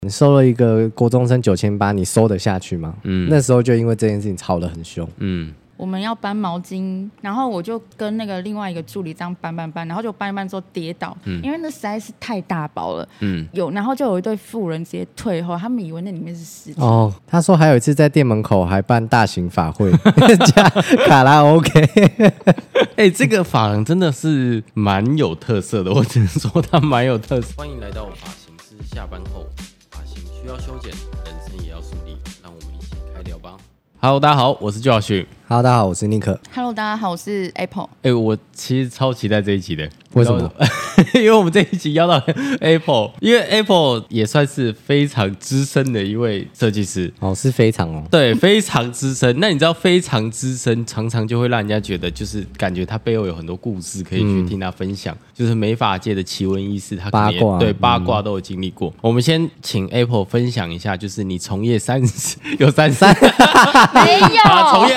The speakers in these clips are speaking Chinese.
你收了一个国中生9800，你收得下去吗？那时候就因为这件事情吵得很凶。 我们要搬毛巾，然后我就跟那个另外一个助理这样搬，然后就搬一搬之后跌倒，因为那实在是太大包了。然后就有一对妇人直接退后，他们以为那里面是尸体。 哦，他说还有一次在店门口还办大型法会，加卡拉 OK。 这个发廊真的是蛮有特色的，我只能说它蛮有特色。欢迎来到发型师下班后，发型需要修剪，人生也要梳理，让我们一起开聊吧。Hello， 大家好，我是Josh。 Hello， 大家好，我是尼克。 Hello， 大家好，我是 Apple。 我其实超期待这一期的。 为什么？ 因为我们这一期邀到 Apple， 因为 Apple 也算是非常资深的一位设计师。 哦，是非常哦。 对，非常资深。那你知道非常资深，常常就会让人家觉得，就是感觉他背后有很多故事可以去听他分享，就是美发界的奇闻异事，他可能也对八卦都有经历过。我们先请 Apple 分享一下，就是你从业有33， 没有， 从业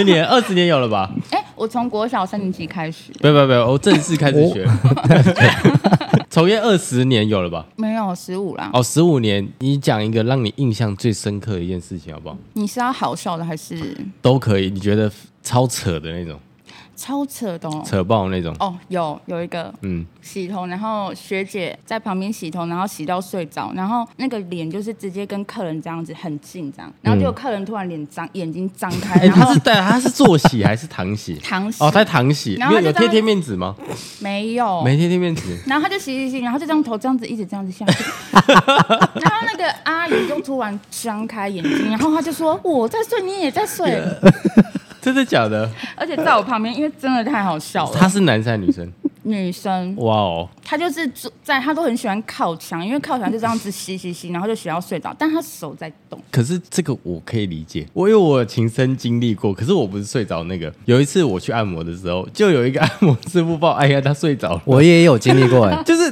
20年有了吧？ 我从国小3年级开始。 不，我正式开始学。从业20年有了吧？ 没有，15啦。 哦，15年。你讲一个让你印象最深刻的一件事情好不好？ 你是要好笑的还是都可以？你觉得超扯的那种？ 超扯的哦， 扯爆那种哦，有一个，洗头，然后学姐在旁边洗头，然后洗到睡着，然后那个脸就是直接跟客人这样子很近这样，然后就有客人突然眼睛张开，然后他是坐洗还是躺洗？ 躺洗。 哦，他躺洗， 然后有贴面纸吗？ 没有， 没贴面纸。 然后他就洗，然后就这样头这样子一直这样子下去，然后那个阿姨就突然张开眼睛，然后他就说：“我在睡，你也在睡。” 真的假的？ 而且在我旁边，因为真的太好笑了。 他是男生还是女生？ 女生。 哇哦！ 他就是他都很喜欢靠墙，因为靠墙就这样子洗，然后就洗到睡着，但他手在动。 可是这个我可以理解，因为我有亲身经历过。可是我不是睡着那个。有一次我去按摩的时候，就有一个按摩师傅帮我按一下，他睡着了。 我也有经历过就是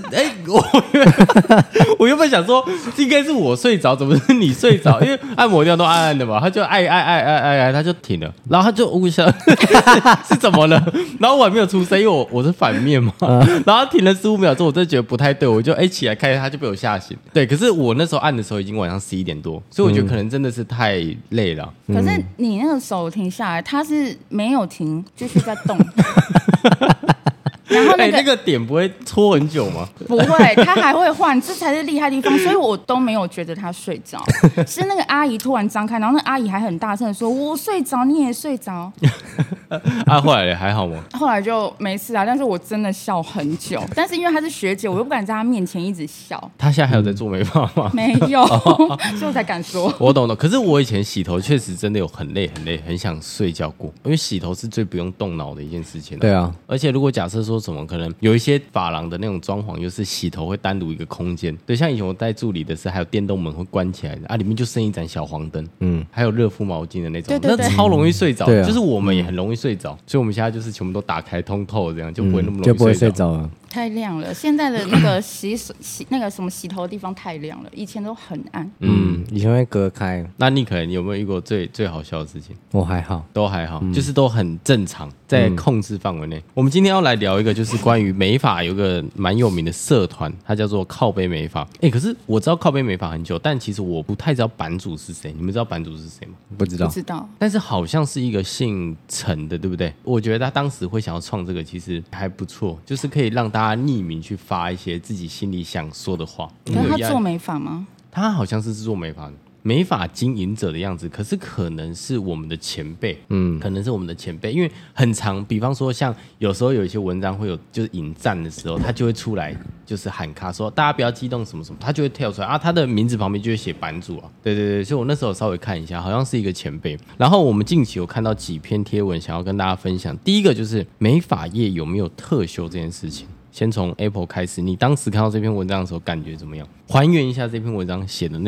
我原本想说应该是我睡着，怎么是你睡着？因为按摩地方都暗暗的嘛，他就按，他就停了，然后他就我想是怎么了？然后我还没有出声，因为我是反面嘛，然后停了15秒之后，我真的觉得不太对，我就起来看一下，他就被我吓醒。对，可是我那时候按的时候已经晚上11点多，所以我觉得可能真的是太累了。 可是你那个手停下来，他是没有停，继续在动。然后那个点不会搓很久吗？ 不会，他还会换，这才是厉害的地方。所以我都没有觉得他睡着，是那个阿姨突然张开，然后那个阿姨还很大声的说：“我睡着，你也睡着。” 后来还好吗？ 后来就没事啊，但是我真的笑很久。但是因为她是学姐，我又不敢在她面前一直笑。 她现在还有在做美发吗？ 没有，所以我才敢说。 我懂。可是我以前洗头确实真的有很累，很想睡觉过，因为洗头是最不用动脑的一件事情。 对啊， 而且如果假设说什么，可能有一些发廊的那种装潢，就是洗头会单独一个空间。对，像以前我带助理的是，还有电动门会关起来的啊，里面就剩一盏小黄灯，还有热敷毛巾的那种， 对， 那超容易睡着。 对啊， 就是我们也很容易睡着，所以我们现在就是全部都打开通透，这样就不会那么容易就不会睡着了。 太亮了，现在的那个那个什么洗头的地方太亮了，以前都很暗。 以前会隔开。 那你可能有没有遇过最好笑的事情？ 我还好， 都还好，就是都很正常，在控制范围内。我们今天要来聊一个，就是关于美发有个蛮有名的社团，它叫做靠背美发。可是我知道靠背美发很久，但其实我不太知道版主是谁。你们知道版主是谁吗？ 不知道， 不知道。 但是好像是一个姓陈的，对不对？我觉得他当时会想要创这个，其实还不错，就是可以让大家匿名去发一些自己心里想说的话。 可是他做美发吗？ 他好像是做美发的。美发经营者的样子，可是可能是我们的前辈，可能是我们的前辈，因为很常，比方说像有时候有一些文章会有就是引战的时候，他就会出来就是喊卡说大家不要激动什么什么，他就会跳出来啊，他的名字旁边就会写版主啊，对，所以我那时候稍微看一下，好像是一个前辈。然后我们近期有看到几篇贴文，想要跟大家分享。第一个就是美发业有没有特休这件事情。先从 Apple 开始，你当时看到这篇文章的时候感觉怎么样？还原一下这篇文章写的内容。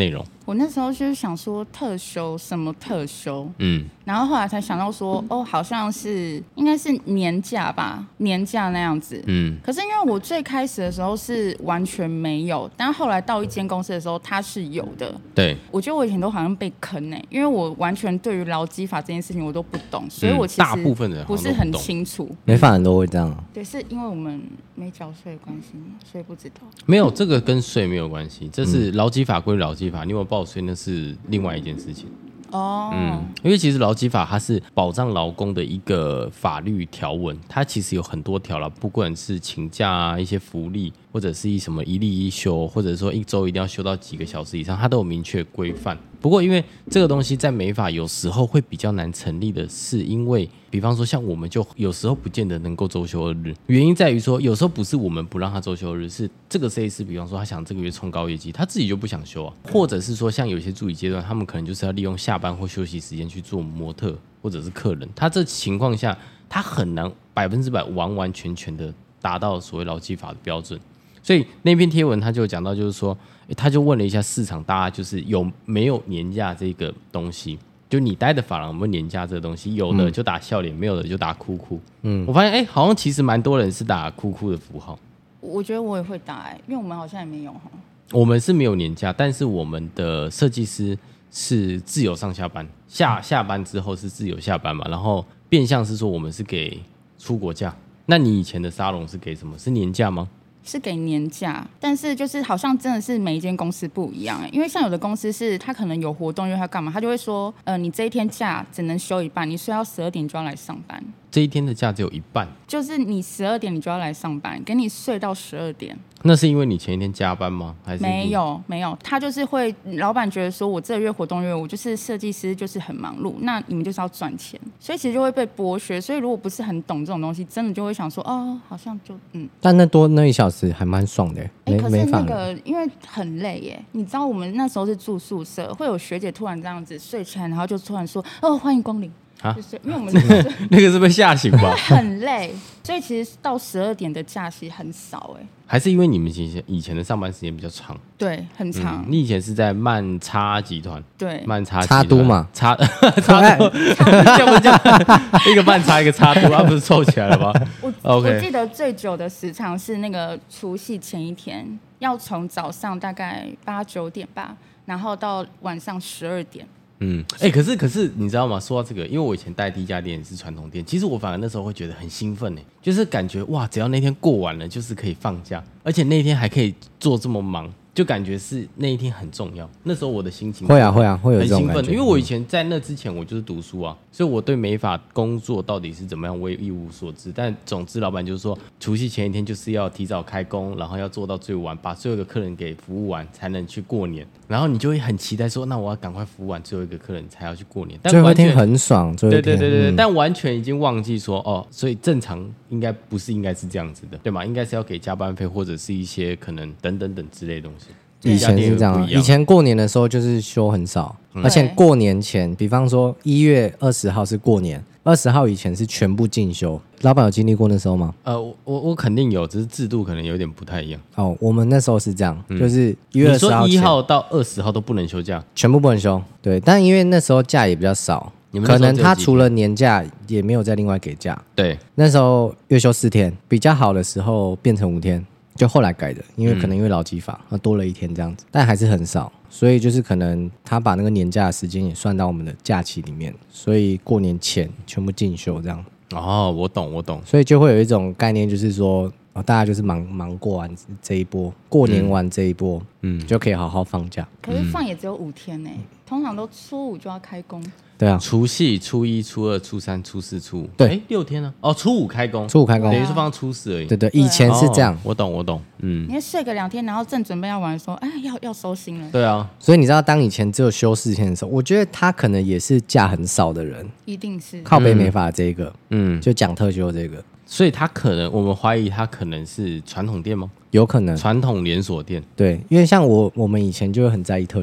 我那时候就是想说特休什么特休，然后后来才想到说，好像是应该是年假吧，年假那样子，可是因为我最开始的时候是完全没有，但后来到一间公司的时候，它是有的。 对， 我觉得我以前都好像被坑因为我完全对于劳基法这件事情我都不懂，所以我其实大部分人不是很清楚。 美法人都会这样对，是因为我们没缴税的关系吗？所以不知道。 没有，这个跟税没有关系，这是劳基法归劳基法，你有没有报税那是另外一件事情。因为其实劳基法它是保障劳工的一个法律条文，它其实有很多条啦，不管是请假啊、一些福利，或者是什么一例一休，或者说一周一定要休到几个小时以上，它都有明确规范。不过因为这个东西在美法有时候会比较难成立的是，因为比方说像我们就有时候不见得能够周休2日，原因在于说有时候不是我们不让他周休2日，是这个设计师比方说他想这个月冲高业绩，他自己就不想休啊，或者是说像有些助理阶段，他们可能就是要利用下班或休息时间去做模特或者是客人，他这情况下他很难100%完完全全的达到所谓劳基法的标准。所以那篇贴文他就讲到，就是说，他就问了一下市场，大家就是有没有年假这个东西，就你待的发廊有没有年假这个东西，有的就打笑脸，没有的就打哭哭。我发现好像其实蛮多人是打哭哭的符号。 我觉得我也会打因为我们好像也没有我们是没有年假，但是我们的设计师是自由上下班，下班之后是自由下班嘛，然后变相是说我们是给出国假。那你以前的沙龙是给什么？是年假吗？ 是给年假，但是就是好像真的是每一间公司不一样因为像有的公司是他可能有活动，因为他干嘛，他就会说，你这一天假只能休一半，你睡到12点就要来上班。 这一天的假只有一半， 就是你12点你就要来上班，给你睡到12点。 那是因为你前一天加班吗？还是没有，他就是会，老板觉得说我这个月活动月，我就是设计师，就是很忙碌，那你们就是要赚钱，所以其实就会被剥削。所以如果不是很懂这种东西，真的就会想说，好像就但那多那1小时还蛮爽的可是那个因为很累耶，你知道我们那时候是住宿舍，会有学姐突然这样子睡起来，然后就突然说，欢迎光临。就是因为我们那个是被吓醒吧？ 很累，所以其实到12点的假期很少还是因为你们以前的上班时间比较长？ 对，很长。 你以前是在漫差集团， 对， 漫差插都嘛， 插都，这不叫一个漫差一个插都，不是凑起来了吗？ 我记得最久的时长是那个除夕前一天，要从早上大概8、9点吧，然后到晚上12点。 可是你知道吗？说到这个，因为我以前带第一家店是传统店，其实我反而那时候会觉得很兴奋就是感觉哇，只要那天过完了，就是可以放假，而且那天还可以做这么忙，就感觉是那一天很重要。那时候我的心情会有这种感觉， 因为我以前在那之前我就是读书啊，所以我对美发工作到底是怎么样我也一无所知。但总之老板就是说，除夕前一天就是要提早开工，然后要做到最晚，把最后一个客人给服务完，才能去过年。然后你就会很期待说，那我要赶快服务完最后一个客人才要去过年。但最后一天很爽， 对，但完全已经忘记说所以正常应该是这样子的，对吗？应该是要给加班费或者是一些可能等之类的东西。 以前是这样，以前过年的时候就是休很少，而且过年前，比方说1月20号是过年，20号以前是全部进修。老板有经历过那时候吗？ 我肯定有，只是制度可能有点不太一样。 我们那时候是这样，就是1月20号前， 你说1号到20号都不能休假， 全部不能休。对，但因为那时候假也比较少，可能他除了年假也没有再另外给假。 对， 那时候月休4天，比较好的时候变成5天。就后来改的，因为劳基法多了1天这样子，但还是很少，所以就是可能他把那个年假的时间也算到我们的假期里面，所以过年前全部进修这样。 我懂， 所以就会有一种概念，就是说大家就是忙过完这一波，过年完这一波，就可以好好放假。 可是放也只有5天通常都初5就要开工。 对啊， 除夕、初1、初2、初3、初4、初5， 对 ，6天呢。初5开工， 等于是放初4而已。 对，以前是这样。 我懂。 你要睡个2天，然后正准备要玩的时候，要收心了。 对啊， 所以你知道，当以前只有休4天的时候，我觉得他可能也是假很少的人， 一定是靠北美发这个，就讲特休这个。 所以他可能，我们怀疑他可能是传统店吗？ 有可能传统连锁店。 对，因为像我们以前就会很在意特休，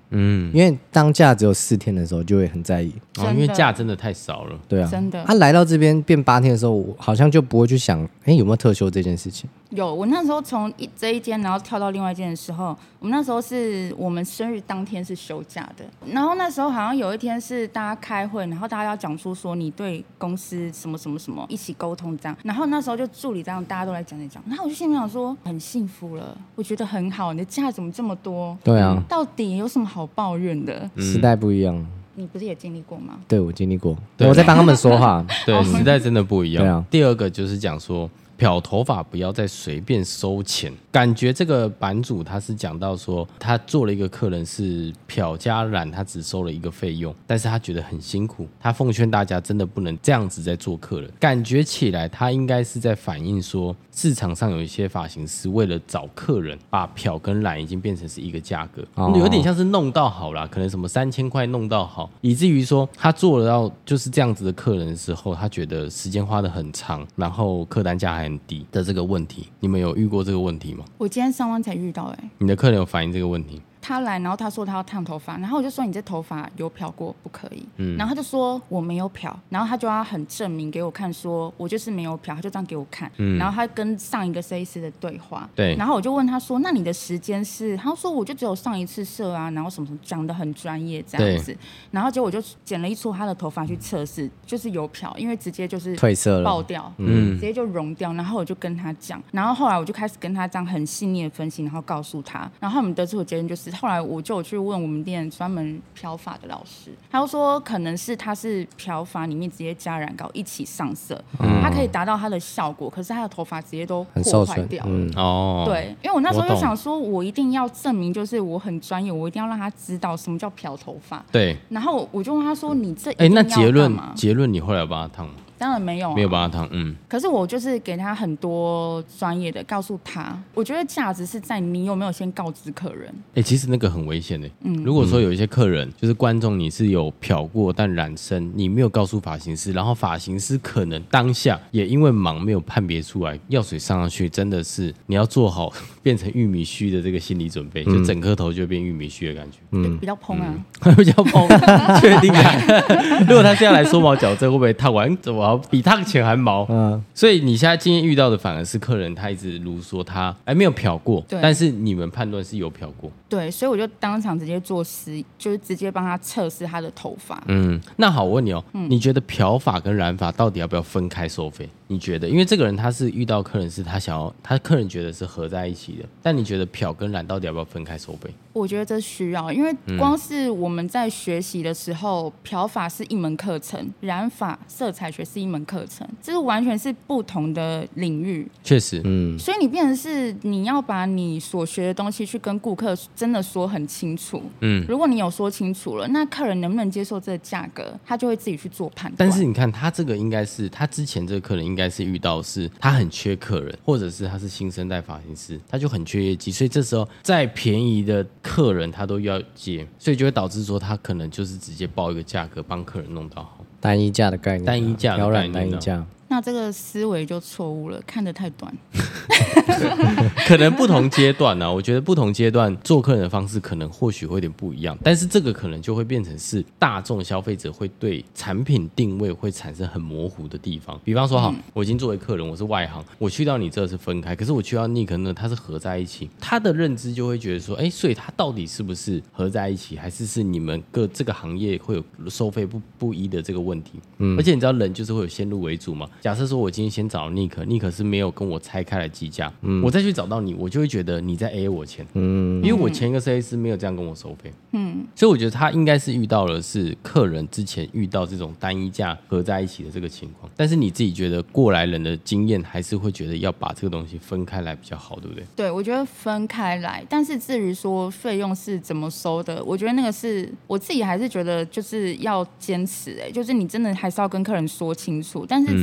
因为当假只有4天的时候，就会很在意。 因为假真的太少了。 对啊， 真的。 他来到这边变8天的时候，我好像就不会去想，有没有特休这件事情。 有，我那时候从这一间，然后跳到另外一间的时候，我们那时候是我们生日当天是休假的，然后那时候好像有一天是大家开会，然后大家要讲出说你对公司什么什么什么一起沟通这样，然后那时候就助理这样大家都来讲，然后我就心里想说很幸福了，我觉得很好，你的假怎么这么多？ 对啊， 到底有什么好抱怨的？ 时代不一样。 你不是也经历过吗？ 对，我经历过，我在帮他们说话。 对，时代真的不一样。 对啊。 第二个就是讲说，漂头发不要再随便收钱。感觉这个版主他是讲到说，他做了一个客人是漂加染，他只收了一个费用，但是他觉得很辛苦，他奉劝大家真的不能这样子在做客人。感觉起来他应该是在反映说，市场上有一些发型师为了找客人，把漂跟染已经变成是一个价格，有点像是弄到好啦，可能什么3000块弄到好，以至于说他做了到就是这样子的客人的时候，他觉得时间花得很长，然后客单价还很低的这个问题，你们有遇过这个问题吗？ 我今天上班才遇到你的客人有反映这个问题？ 他来，然后他说他要烫头发，然后我就说你这头发有漂过不可以，然后他就说我没有漂，然后他就要很证明给我看，说我就是没有漂，他就这样给我看，然后他跟上一个设计师的对话， 对， 然后我就问他说，那你的时间是？他说我就只有上一次射啊，然后什么什么讲得很专业这样子，然后结果我就剪了一撮他的头发去测试，就是有漂，因为直接就是褪色了， 爆掉，直接就融掉，然后我就跟他讲，然后后来我就开始跟他这样很细腻的分析，然后告诉他，然后我们得出的结论就是，后来我就有去问我们店专门漂发的老师，他就说可能是他是漂发里面直接加染膏一起上色，它可以达到它的效果，可是他的头发直接都破坏掉了。对，因为我那时候就想说，我一定要证明就是我很专业，我一定要让他知道什么叫漂头发。 对， 然后我就问他说：“你这一定要那结论你后来有帮他烫吗？” 当然没有、 没有帮他烫， 可是我就是给他很多专业的，告诉他，我觉得价值是在你有没有先告知客人。 其实那个很危险的。如果说有一些客人就是观众，你是有漂过但染深，你没有告诉发型师，然后发型师可能当下也因为忙没有判别出来，药水上去真的是你要做好变成玉米须的这个心理准备，就整颗头就变玉米须的感觉。 比较蓬啊， 比较蓬，确定啊？如果他现在来缩毛矫正，会不会烫完怎么比烫前还毛？所以你现在今天遇到的反而是客人，他一直如说他没有漂过，但是你们判断是有漂过。 对，所以我就当场直接做就是直接帮他测试他的头发。 那好，我问你哦，你觉得漂发跟染发到底要不要分开收费？你觉得？因为这个人他是遇到客人是他客人觉得是合在一起的，但你觉得漂跟染到底要不要分开收费？ 我觉得这需要，因为光是我们在学习的时候，漂发是一门课程，染发、色彩学是一门课程，这是完全是不同的领域。 确实， 所以你变成是你要把你所学的东西去跟顾客真的说很清楚。如果你有说清楚了，那客人能不能接受这个价格，他就会自己去做判断。 但是你看，他这个应该是他之前这个客人应该是遇到是他很缺客人，或者是他是新生代发型师，他就很缺业绩，所以这时候再便宜的客人他都要接，所以就会导致说他可能就是直接报一个价格帮客人弄到好， 单一价的概念， 单一价的概念， 单一价。 那这个思维就错误了，看得太短。 可能不同阶段我觉得不同阶段做客人的方式可能或许会有点不一样，但是这个可能就会变成是大众消费者会对产品定位会产生很模糊的地方。比方说我已经作为客人，我是外行，我去到你这是分开，可是我去到Nick呢，它是合在一起，他的认知就会觉得说，所以它到底是不是合在一起，还是你们各这个行业会有收费不一的这个问题。而且你知道人就是会有先入为主嘛，假设说我今天先找Nick是没有跟我拆开来计价，我再去找到你，我就会觉得你在 A 我钱，因为我前一个设计师没有这样跟我收费，所以我觉得他应该是遇到了是客人之前遇到这种单一价合在一起的这个情况，但是你自己觉得过来人的经验还是会觉得要把这个东西分开来比较好，对不对？ 对，我觉得分开来，但是至于说费用是怎么收的，我觉得那个是我自己还是觉得就是要坚持，就是你真的还是要跟客人说清楚，但是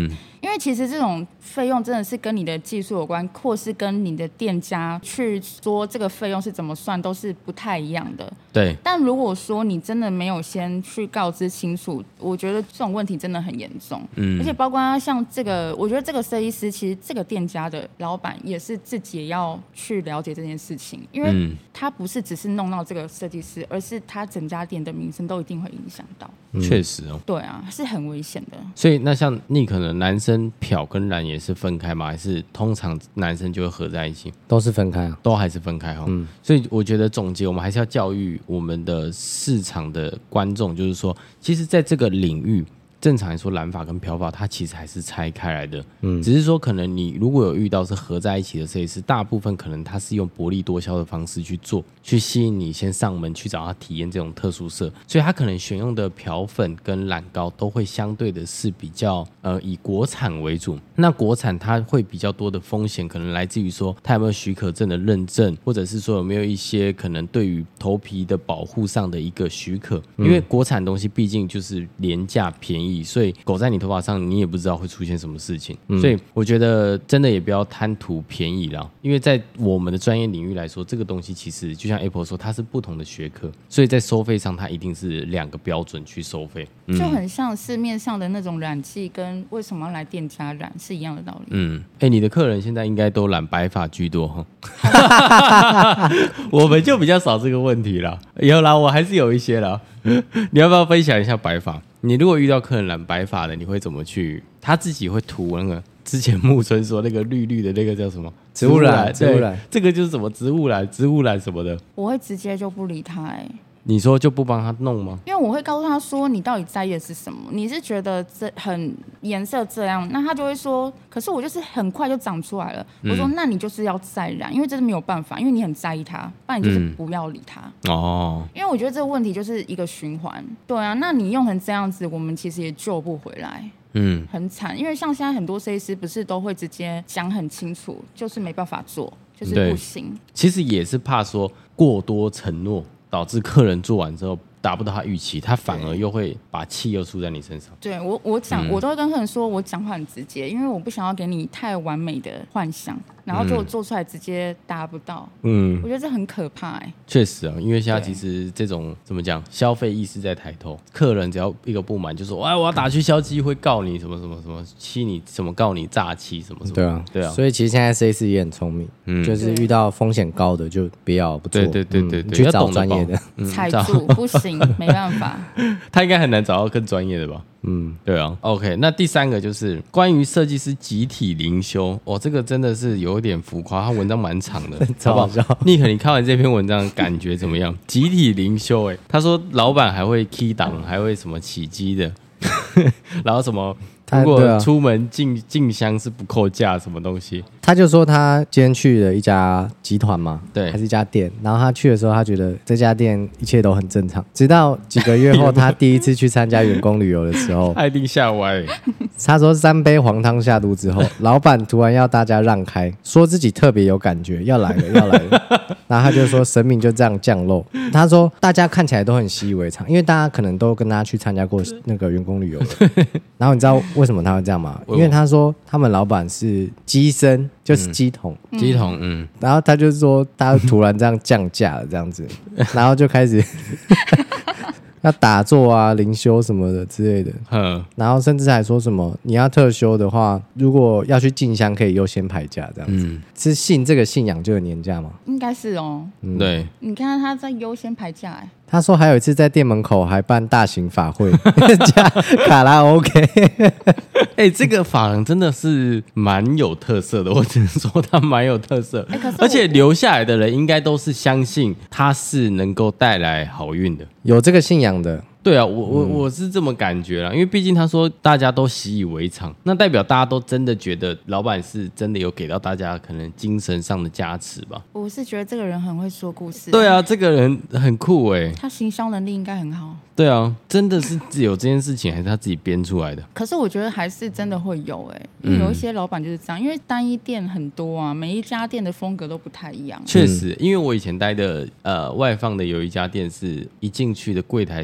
因为其实这种费用真的是跟你的技术有关，或是跟你的店家去说这个费用是怎么算，都是不太一样的。 对。 但如果说你真的没有先去告知清楚，我觉得这种问题真的很严重。而且包括像这个，我觉得这个设计师其实这个店家的老板也是自己也要去了解这件事情，因为他不是只是弄到这个设计师，而是他整家店的名声都一定会影响到。 确实哦。 对啊，是很危险的。 所以那像你可能男生漂跟染也是分开吗？还是通常男生就会合在一起？ 都是分开啊， 都还是分开哈。所以我觉得总结，我们还是要教育我们的市场的观众，就是说，其实在这个领域，正常来说，染发跟漂发它其实还是拆开来的。只是说可能你如果有遇到是合在一起的设计师，大部分可能他是用薄利多销的方式去做，去吸引你先上门去找他体验这种特殊色，所以他可能选用的漂粉跟染膏都会相对的是比较以国产为主。那国产它会比较多的风险，可能来自于说它有没有许可证的认证，或者是说有没有一些可能对于头皮的保护上的一个许可。因为国产东西毕竟就是廉价便宜，所以狗在你头发上你也不知道会出现什么事情。所以我觉得真的也不要贪图便宜啦，因为在我们的专业领域来说，这个东西其实就像 Apple 说，它是不同的学科，所以在收费上它一定是两个标准去收费。 就很像市面上的那种染剂跟为什么要来店家染是一样的道理。 你的客人现在应该都染白发居多哈，我们就比较少这个问题啦。有啦，我还是有一些啦。你要不要分享一下白发？你如果遇到客人染白发的，你会怎么去？他自己会涂那个之前木村说那个绿绿的那个叫什么植物染？植物染， 这个就是什么植物染什么的。 我会直接就不理他你说就不帮他弄吗？ 因为我会告诉他说，你到底在意的是什么？你是觉得这很颜色这样，那他就会说，可是我就是很快就长出来了。我说，那你就是要再染，因为这是没有办法，因为你很在意它，不然你就是不要理它。因为我觉得这个问题就是一个循环。对啊，那你用成这样子，我们其实也救不回来。很惨，因为像现在很多设计师不是都会直接讲很清楚，就是没办法做，就是不行。 其实也是怕说过多承诺，导致客人做完之后达不到他预期，他反而又会把气又出在你身上。 对，我讲，我都会跟客人说，我讲话很直接，因为我不想要给你太完美的幻想，然后就做出来直接达不到。我觉得这很可怕确实啊，因为现在其实这种怎么讲，消费意识在抬头，客人只要一个不满就说，哎，我要打去消基会告你什么什么什么，欺你什么告你诈欺什么什么。对啊。 所以其实现在设计师也很聪明，就是遇到风险高的就不要不做。 对， 去找专业的。 踩住不行，没办法。 他应该很难找到更专业的吧？对啊。OK， 那第三个就是关于设计师集体灵修。这个真的是有点浮夸，他文章蛮长的， 超好笑。 尼克，你看完这篇文章感觉怎么样？集体灵修，他说老板还会 key 档，还会什么起机的，然后什么。如果出门进香是不扣价什么东西？ 他就说他今天去了一家集团嘛， 对， 还是一家店。然后他去的时候，他觉得这家店一切都很正常。直到几个月后，他第一次去参加员工旅游的时候， 他一定吓歪。 他说3杯黄汤下肚之后，老板突然要大家让开，说自己特别有感觉，要来了。然后他就说神明就这样降落。他说大家看起来都很习以为常，因为大家可能都跟他去参加过那个员工旅游了。然后你知道为什么他会这样吗？因为他说他们老板是机身，就是机桶，然后他就说他突然这样降价了这样子，然后就开始要打坐啊、灵修什么的之类的，然后甚至还说什么你要特休的话，如果要去进香可以优先排假这样子。是信这个信仰就有年假吗？ 应该是哦。 对， 你看他在优先排假他说还有一次在店门口还办大型法会加卡拉 OK。 这个法人真的是蛮有特色的，我只能说他蛮有特色。而且留下来的人应该都是相信他是能够带来好运的， 有这个信仰的。 对啊，我是这么感觉啦，因为毕竟他说大家都习以为常，那代表大家都真的觉得老板是真的有给到大家可能精神上的加持吧。 我是觉得这个人很会说故事。 对啊，这个人很酷他行销能力应该很好。 对啊，真的是有这件事情还是他自己编出来的？ 可是我觉得还是真的会有有一些老板就是这样，因为单一店很多啊，每一家店的风格都不太一样。 确实，因为我以前待的外放的有一家店是一进去的柜台上面就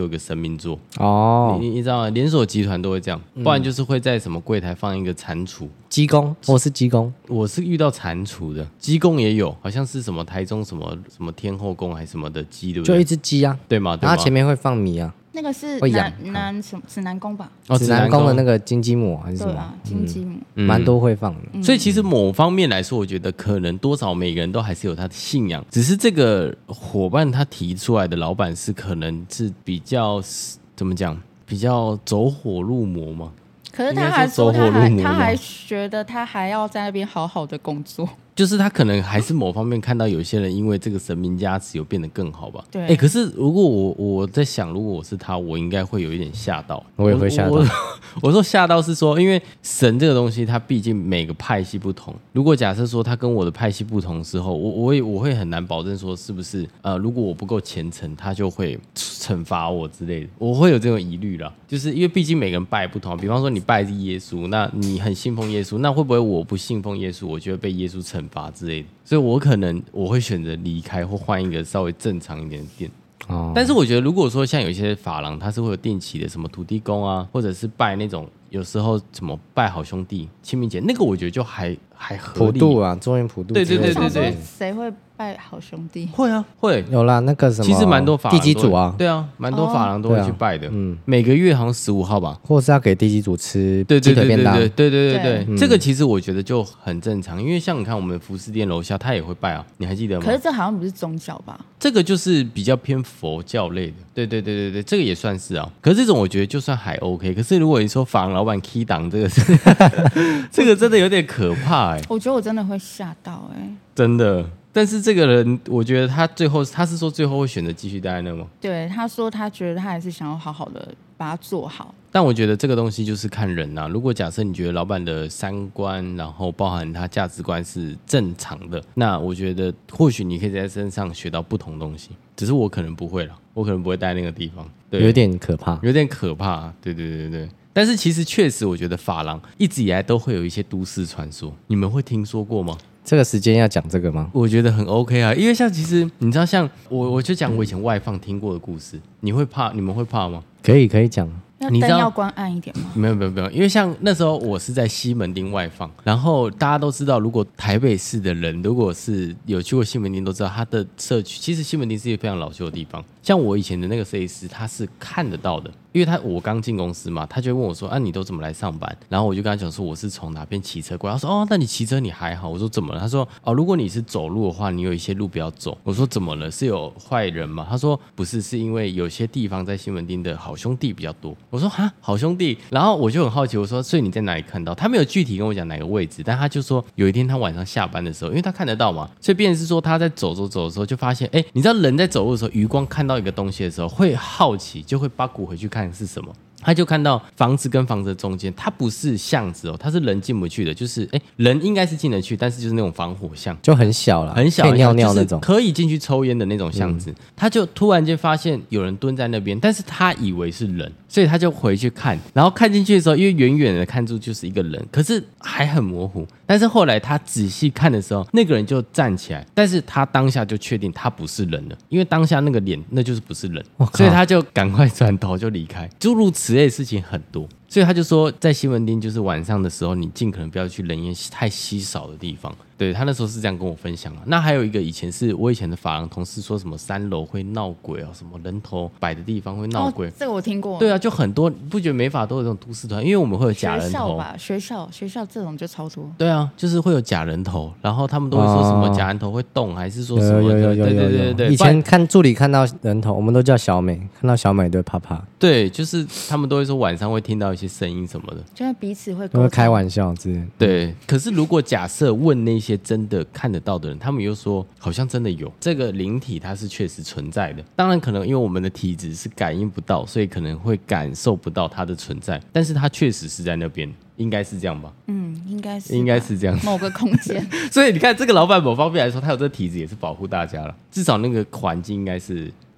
求一个神明座。 哦， 你知道吗？连锁集团都会这样，不然就是会在什么柜台放一个蟾蜍。 鸡公，我是鸡公， 我是遇到蟾蜍的，鸡公也有，好像是什么台中什么天后宫还是什么的鸡，对不对？ 就一只鸡啊， 对吗？ 然后前面会放米啊。 那个是会养指南宫吧？ 指南宫的那个金鸡母还是什么？ 对啊，金鸡母， 蛮多会放的。 所以其实某方面来说，我觉得可能多少每个人都还是有他的信仰，只是这个伙伴他提出来的老板是可能是比较怎么讲，比较走火入魔嘛。 可是他还说他还觉得他还要在那边好好的工作。 就是他可能还是某方面看到有些人因为这个神明加持有变得更好吧。 对。 可是如果我在想，如果我是他，我应该会有一点吓到。 我也会吓到。 我说吓到是说，因为神这个东西，它毕竟每个派系不同。如果假设说他跟我的派系不同的时候，我会很难保证说是不是如果我不够虔诚，他就会惩罚我之类的。我会有这种疑虑啦，就是因为毕竟每个人拜不同。比方说你拜的是耶稣，那你很信奉耶稣，那会不会我不信奉耶稣，我就会被耶稣惩罚之类的？所以我会选择离开或换一个稍微正常一点的店。但是我觉得如果说像有一些法郎，它是会有定期的什么土地公啊，或者是拜那种有时候什么拜好兄弟清明节，那个我觉得就还合理。 普渡啊，中原普渡。 对， 谁会拜好兄弟？ 会啊，会有啦，那个什么， 其实蛮多法郎地基主啊， 对啊，蛮多法郎都会去拜的。每个月好像15号吧， 或是要给地基主吃鸡腿便当。 对，这个其实我觉得就很正常，因为像你看我们服饰店楼下他也会拜啊，你还记得吗？ 可是这好像不是宗教吧？ 这个就是比较偏佛教类的。对，这个也算是啊。可是这种我觉得就算还 OK。可是如果你说法郎老板 key 档这个是，这个真的有点可怕我觉得我真的会吓到真的。但是这个人，我觉得他是说最后会选择继续待在那吗？ 对，他说他觉得他还是想要好好的把它做好。 但我觉得这个东西就是看人啊。如果假设你觉得老板的三观，然后包含他价值观是正常的，那我觉得或许你可以在身上学到不同东西。只是我可能不会了，我可能不会待那个地方。对， 有点可怕， 有点可怕。对。但是其实确实，我觉得法郎一直以来都会有一些都市传说，你们会听说过吗？ 这个时间要讲这个吗？ 我觉得很 OK 啊，因为像其实你知道，像我就讲我以前外放听过的故事，你们会怕吗？ 可以讲。 灯要关暗一点吗？ 没有，因为像那时候我是在西门町外放，然后大家都知道，如果台北市的人如果是有去过西门町，都知道它的社区其实西门町是一个非常老旧的地方。像我以前的那个设计师，他是看得到的，因为我刚进公司嘛，他就会问我说：“你都怎么来上班？”然后我就跟他讲说：“我是从哪边骑车过来。”他说：“哦，那你骑车你还好。”我说：“怎么了？”他说：“哦，如果你是走路的话，你有一些路不要走。”我说：“怎么了？是有坏人吗？”他说：“不是，是因为有些地方在西门町的好兄弟比较多。”我说：“哈，好兄弟。”然后我就很好奇，我说：“所以你在哪里看到？”他没有具体跟我讲哪个位置，但他就说有一天他晚上下班的时候，因为他看得到嘛，所以变成是说他在走的时候就发现，你知道人在走路的时候，余光看到一个东西的时候会好奇，就会把骨回去看是什么。他就看到房子跟房子的中间，它不是巷子它是人进不去的，就是人应该是进得去，但是就是那种防火巷， 就很小了， 很小， 可以尿那种， 可以进去抽烟的那种巷子。他就突然间发现有人蹲在那边，但是他以为是人，所以他就回去看，然后看进去的时候，因为远远的看住就是一个人，可是还很模糊。但是后来他仔细看的时候，那个人就站起来，但是他当下就确定他不是人了，因为当下那个脸那就是不是人，所以他就赶快转头就离开。诸如此类的事情很多，所以他就说在西门町就是晚上的时候，你尽可能不要去人烟太稀少的地方。对，他那时候是这样跟我分享。那还有一个我以前的法郎同事说什么3楼会闹鬼什么人头摆的地方会闹鬼， 这个我听过。 对啊，就很多，不觉得美法都有这种都市团，因为我们会有假人头吧？学校这种就超多。 对啊，就是会有假人头，然后他们都会说什么假人头会动，还是说什么的？对。 以前看助理看到人头，我们都叫小美，看到小美都会怕怕。 对，就是他们都会说晚上会听到一些声音什么的， 就是彼此会开玩笑之类的。 对，可是如果假设问那些真的看得到的人，他们又说好像真的有这个灵体，它是确实存在的。当然可能因为我们的体质是感应不到，所以可能会感受不到它的存在，但是它确实是在那边。应该是这样吧？ 应该是这样， 某个空间。 所以你看，这个老板某方面来说，他有这个体质也是保护大家了，至少那个环境应该是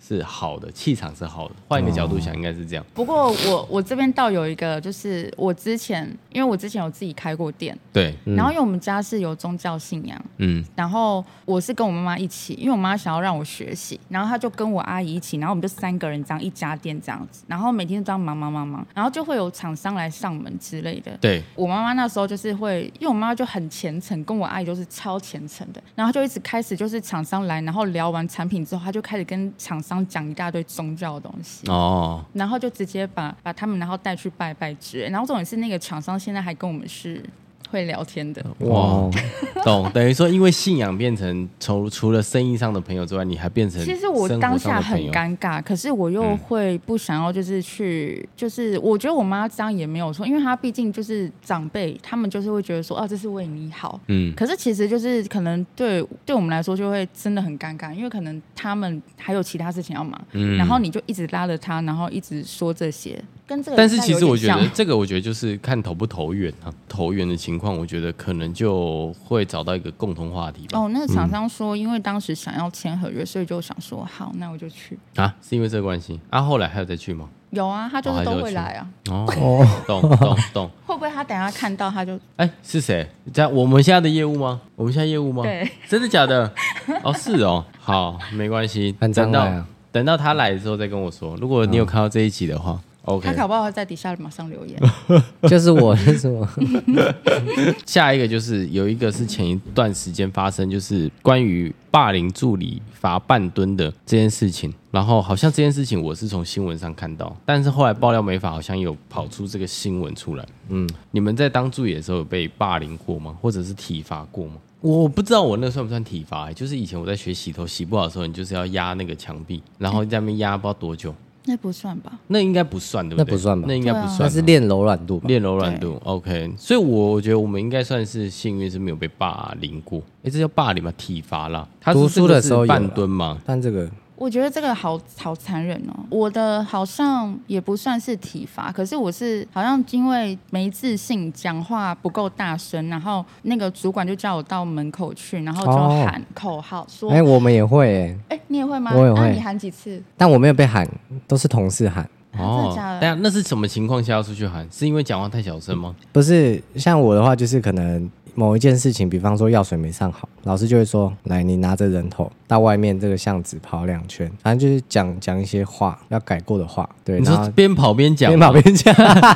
是好的，气场是好的。换一个角度想，应该是这样。 不过我这边倒有一个，就是我之前有自己开过店， 对， 然后因为我们家是有宗教信仰，然后我是跟我妈妈一起，因为我妈想要让我学习，然后她就跟我阿姨一起，然后我们就3个人这样一家店这样子，然后每天都这样忙，然后就会有厂商来上门之类的。 对， 我妈妈那时候就是会，因为我妈妈就很虔诚，跟我阿姨都是超虔诚的，然后就一直开始就是厂商来，然后聊完产品之后，她就开始跟厂商讲一大堆宗教的东西然后就直接把他们然后带去拜拜之类，然后重点是那个厂商现在还跟我们是会聊天的。 哇，懂，等于说因为信仰变成除了生意上的朋友之外，你还变成其实我当下很尴尬，可是我又会不想要就是我觉得我妈这样也没有错，因为她毕竟就是长辈，他们就是会觉得说这是为你好，可是其实就是可能对我们来说就会真的很尴尬，因为可能他们还有其他事情要忙，然后你就一直拉着他，然后一直说这些，跟这个但是其实我觉得这个，我觉得就是看投不投缘啊，投缘的情况，我觉得可能就会找到一个共同话题吧。 那个厂商说，因为当时想要签合约，所以就想说好，那我就去啊，是因为这个关系啊？后来还有再去吗？ 有啊，他就是都会来啊。 懂。 会不会他等一下看到他就是谁？这样我们现在的业务吗？我们现在业务吗？ 对， 真的假的？是哦，好，没关系，等到他来的时候再跟我说。如果你有看到这一集的话。OK， 他搞不好会在底下马上留言， 就是我是什么？ 下一个就是有一个是前一段时间发生，就是关于霸凌助理罚半吨的这件事情。然后好像这件事情我是从新闻上看到，但是后来爆料美法好像有跑出这个新闻出来。你们在当助理的时候有被霸凌过吗？或者是体罚过吗？我不知道我那算不算体罚，就是以前我在学洗头洗不好的时候，你就是要压那个墙壁，然后在那边压不知道多久。 那不算吧？ 那应该不算，对不对？ 那不算吧？ 那应该不算， 那是练柔软度吧？ 练柔软度 ，OK。所以我觉得我们应该算是幸运，是没有被霸凌过。这叫霸凌吗？体罚啦。他读书的时候有半吨吗？ 但这个。 我觉得这个好残忍哦！我的好像也不算是体罚，可是我是好像因为没自信，讲话不够大声，然后那个主管就叫我到门口去，然后就喊口号说：“ 我们也会你也会吗？ 我也会。 你喊几次？ 但我没有被喊，都是同事喊。 真的假的？ 那是什么情况下要出去喊？是因为讲话太小声吗？ 不是，像我的话就是可能某一件事情，比方说药水没上好，老师就会说：“来，你拿着人头到外面这个巷子跑2圈。”反正就是讲一些话，要改过的话。对， 你说边跑边讲， 边跑边讲。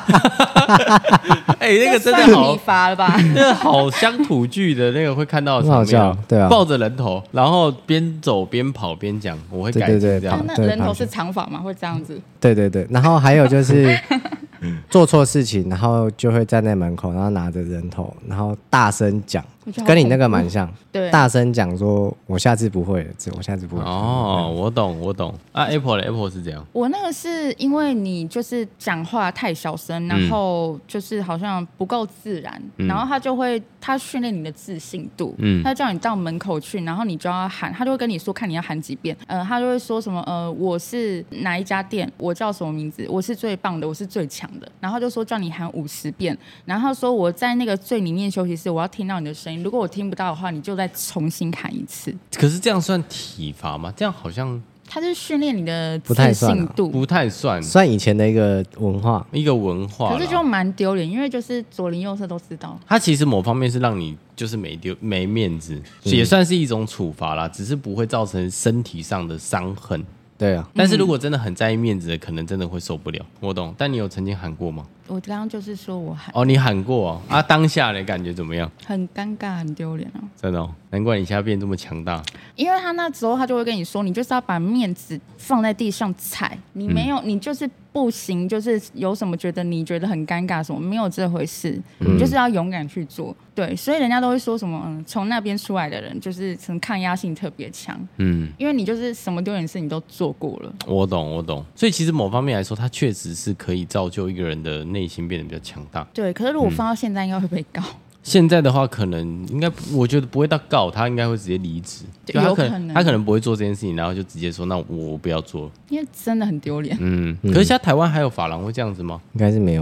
那个真的好体罚了吧？ 那个好乡土剧的那个会看到的场面， 对啊， 抱着人头，然后边走边跑边讲，我会改成这样。 那人头是长发吗？会这样子？ 对，然后还有就是做错事情，然后就会站在门口，然后拿着人头，然后大声讲，跟你那个蛮像。 对， 大声讲说：“我下次不会了，我下次不会。” 我懂。Apple 是这样。 我那个是因为你就是讲话太小声，然后就是好像不够自然，然后他训练你的自信度，他就叫你到门口去，然后你就要喊，他就会跟你说看你要喊几遍，他就会说什么我是哪一家店，我叫什么名字，我是最棒的，我是最强的，然后就说叫你喊50遍，然后说我在那个最里面休息室，我要听到你的声音，如果我听不到的话，你就再重新喊一次。 可是这样算体罚吗？这样好像它是训练你的自信度， 不太算以前的一个文化， 可是就蛮丢脸，因为就是左邻右舍都知道。 它其实某方面是让你就是没面子，也算是一种处罚啦，只是不会造成身体上的伤痕。 对啊， 但是如果真的很在意面子的，可能真的会受不了。我懂，但你有曾经喊过吗？ 我刚刚就是说我喊你喊过当下的感觉怎么样？ 很尴尬，很丢脸真的难怪你现在变这么强大。 因为他那时候他就会跟你说，你就是要把面子放在地上踩，你没有，你就是不行，就是有什么你觉得很尴尬什么，没有这回事，你就是要勇敢去做。对，所以人家都会说什么从那边出来的人就是抗压性特别强，因为你就是什么丢脸事你都做过了。我懂。所以其实某方面来说，它确实是可以造就一个人的内心变得比较强大。 对，可是如果放到现在，应该会被告。 现在的话，可能应该，我觉得不会到告他，应该会直接离职。 他可能不会做这件事情，然后就直接说：“那我不要做了。” 因为真的很丢脸。 可是现在台湾还有发廊会这样子吗？ 应该是没有吧？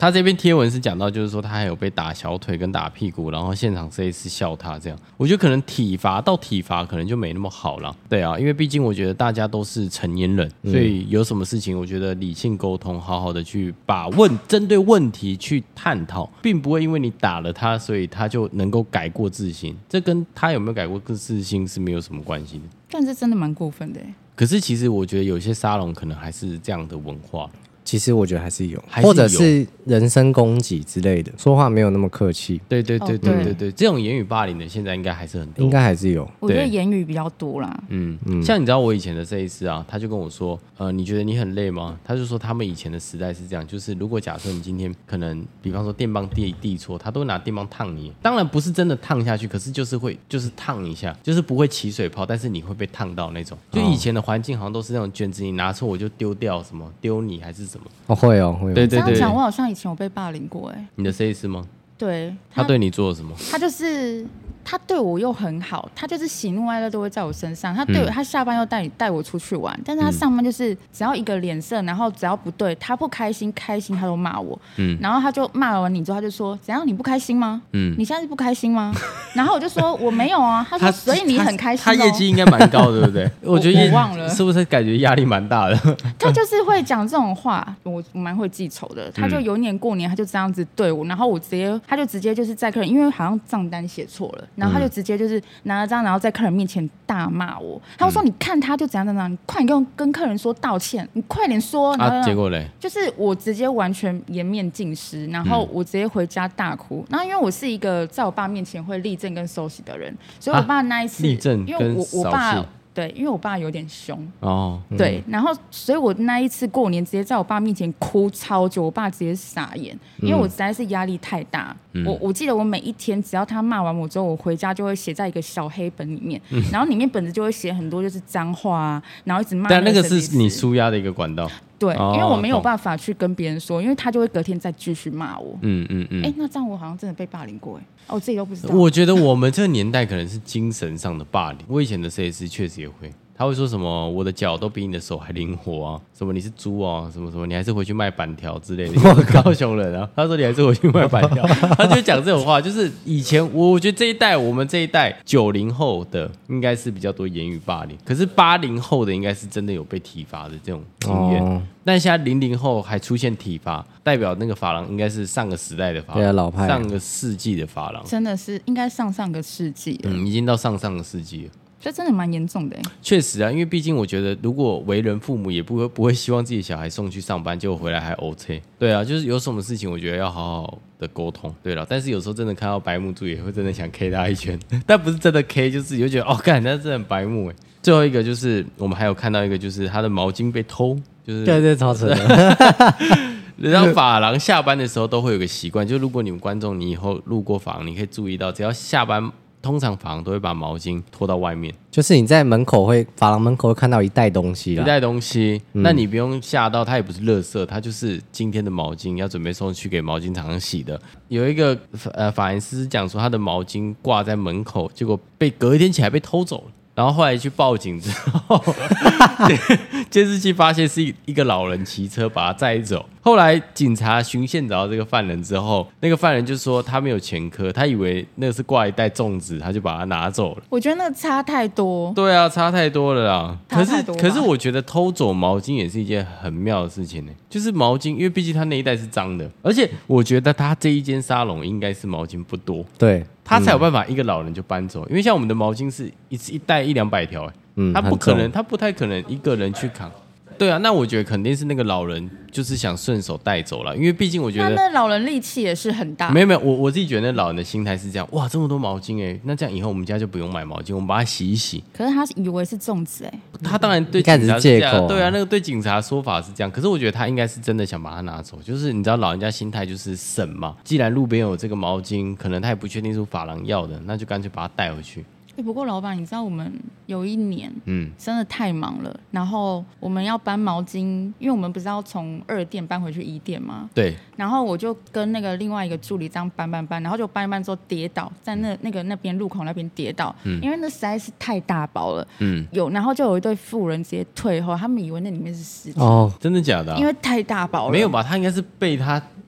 他这篇贴文是讲到，就是说他还有被打小腿跟打屁股，然后现场这一次笑他这样。我觉得可能体罚可能就没那么好了。对啊，因为毕竟我觉得大家都是成年人，所以有什么事情，我觉得理性沟通，好好的去把针对问题去探讨，并不会因为你打了他，所以他就能够改过自新。这跟他有没有改过自新是没有什么关系的。 但这真的蛮过分的。 可是其实我觉得有些沙龙可能还是这样的文化。 其实我觉得还是有，或者是人身攻击之类的，说话没有那么客气。 对，这种言语霸凌的现在应该还是很多， 应该还是有。 我觉得言语比较多啦。 像你知道我以前的设计师啊，他就跟我说，你觉得你很累吗？他就说他们以前的时代是这样，就是如果假设你今天可能，比方说电棒递错，他都会拿电棒烫你。当然不是真的烫下去，可是就是烫一下，就是不会起水泡，但是你会被烫到那种。就以前的环境好像都是那种卷子，你拿错我就丢掉什么，丢你还是什么。 会哦。 对。 这样讲，我好像以前有被霸凌过。 你的设计师吗？ 对。 他对你做了什么？ 他对我又很好，他就是喜怒哀乐都会在我身上。他下班又带我出去玩，但是他上班就是只要一个脸色，然后只要不对，他不开心他都骂我。然后他就骂完你之后，他就说：“怎样，你不开心吗？你现在是不开心吗？”然后我就说：“我没有啊。”他说：“所以你很开心哦。” 他业绩应该蛮高的，对不对？我觉得我忘了， 是不是感觉压力蛮大的？ 他就是会讲这种话，我蛮会记仇的。他就有一年过年，他就这样子对我，然后他就直接就是在客人，因为好像账单写错了，然后他就直接就是拿了张，然后在客人面前大骂我。他说：“你看他就怎样怎样，你快点跟客人说道歉，你快点说。” 结果嘞， 就是我直接完全颜面尽失，然后我直接回家大哭。然后因为我是一个在我爸面前会立正跟收洗的人，所以我爸那一次立正因为我爸。对，因为我爸有点凶哦， 对，然后所以我那一次过年直接在我爸面前哭超久，我爸直接傻眼，因为我实在是压力太大。我记得我每一天只要他骂完我之后，我回家就会写在一个小黑本里面，然后里面本子就会写很多就是脏话啊，然后一直骂。 但那个是你抒压的一个管道。 对，因为我没有办法去跟别人说，因为他就会隔天再继续骂我。那这样我好像真的被霸凌过我自己都不知道。 我觉得我们这个年代可能是精神上的霸凌。我以前的设计师确实也会，他会说什么我的脚都比你的手还灵活啊，什么你是猪啊，什么什么你还是回去卖板条之类的。我高雄人啊，他说你还是回去卖板条，他就讲这种话。就是以前我觉得我们这一代90后的应该是比较多言语霸凌，可是80后的应该是真的有被体罚的这种经验。但现在00后还出现体罚，代表那个发廊应该是上个时代的发廊， 对啊，老派， 上个世纪的发廊， 真的是应该上个世纪了。 已经到上个世纪了。 这真的蛮严重的。 确实啊，因为毕竟我觉得，如果为人父母，也不会希望自己小孩送去上班，结果回来还 OK。对啊，就是有什么事情，我觉得要好好的沟通。对了，但是有时候真的看到白目猪，也会真的想 K 他一拳，但不是真的 K， 就是就觉得干，那真的很白目。最后一个就是我们还有看到一个，就是他的毛巾被偷，就是对，超扯的。 然后发廊下班的时候都会有个习惯，就如果你们观众你以后路过发廊，你可以注意到，只要下班。通常发廊都会把毛巾拖到外面， 就是你在发廊门口会看到一袋东西啦， 一袋东西，那你不用吓到，它也不是垃圾，它就是今天的毛巾要准备送去给毛巾厂商洗的。有一个发型师讲说，他的毛巾挂在门口，结果隔一天起来被偷走了。然后后来去报警之后，监视器发现是一个老人骑车把他载走。后来警察循线找到这个犯人之后，那个犯人就说他没有前科，他以为那是挂一袋粽子，他就把它拿走了。 我觉得那差太多。 对啊，差太多了啦。可是我觉得偷走毛巾也是一件很妙的事情呢。就是毛巾，因为毕竟他那一袋是脏的，而且我觉得他这一间沙龙应该是毛巾不多。 对。 他才有办法一个老人就搬走，因为像我们的毛巾是一袋100-200条，他不太可能一个人去扛。对啊，那我觉得肯定是那个老人就是想顺手带走了，因为毕竟我觉得那老人力气也是很大。 没有，我自己觉得那老人的心态是这样，哇，这么多毛巾那这样以后我们家就不用买毛巾，我们把它洗一洗。 可是他以为是粽子他当然对警察是这样，对啊，那个对警察说法是这样，可是我觉得他应该是真的想把它拿走，就是你知道老人家心态就是省嘛，既然路边有这个毛巾，可能他也不确定是发廊要的，那就干脆把它带回去。 不过老板，你知道我们有一年，真的太忙了，然后我们要搬毛巾，因为我们不是要从2店搬回去1店吗？ 对。 然后我就跟那个另外一个助理这样搬，然后就搬一搬之后跌倒，在那边路口那边跌倒，因为那实在是太大包了，然后就有一对妇人直接退后，他们以为那里面是尸体。 真的假的？ 因为太大包了。 没有吧？他应该是被他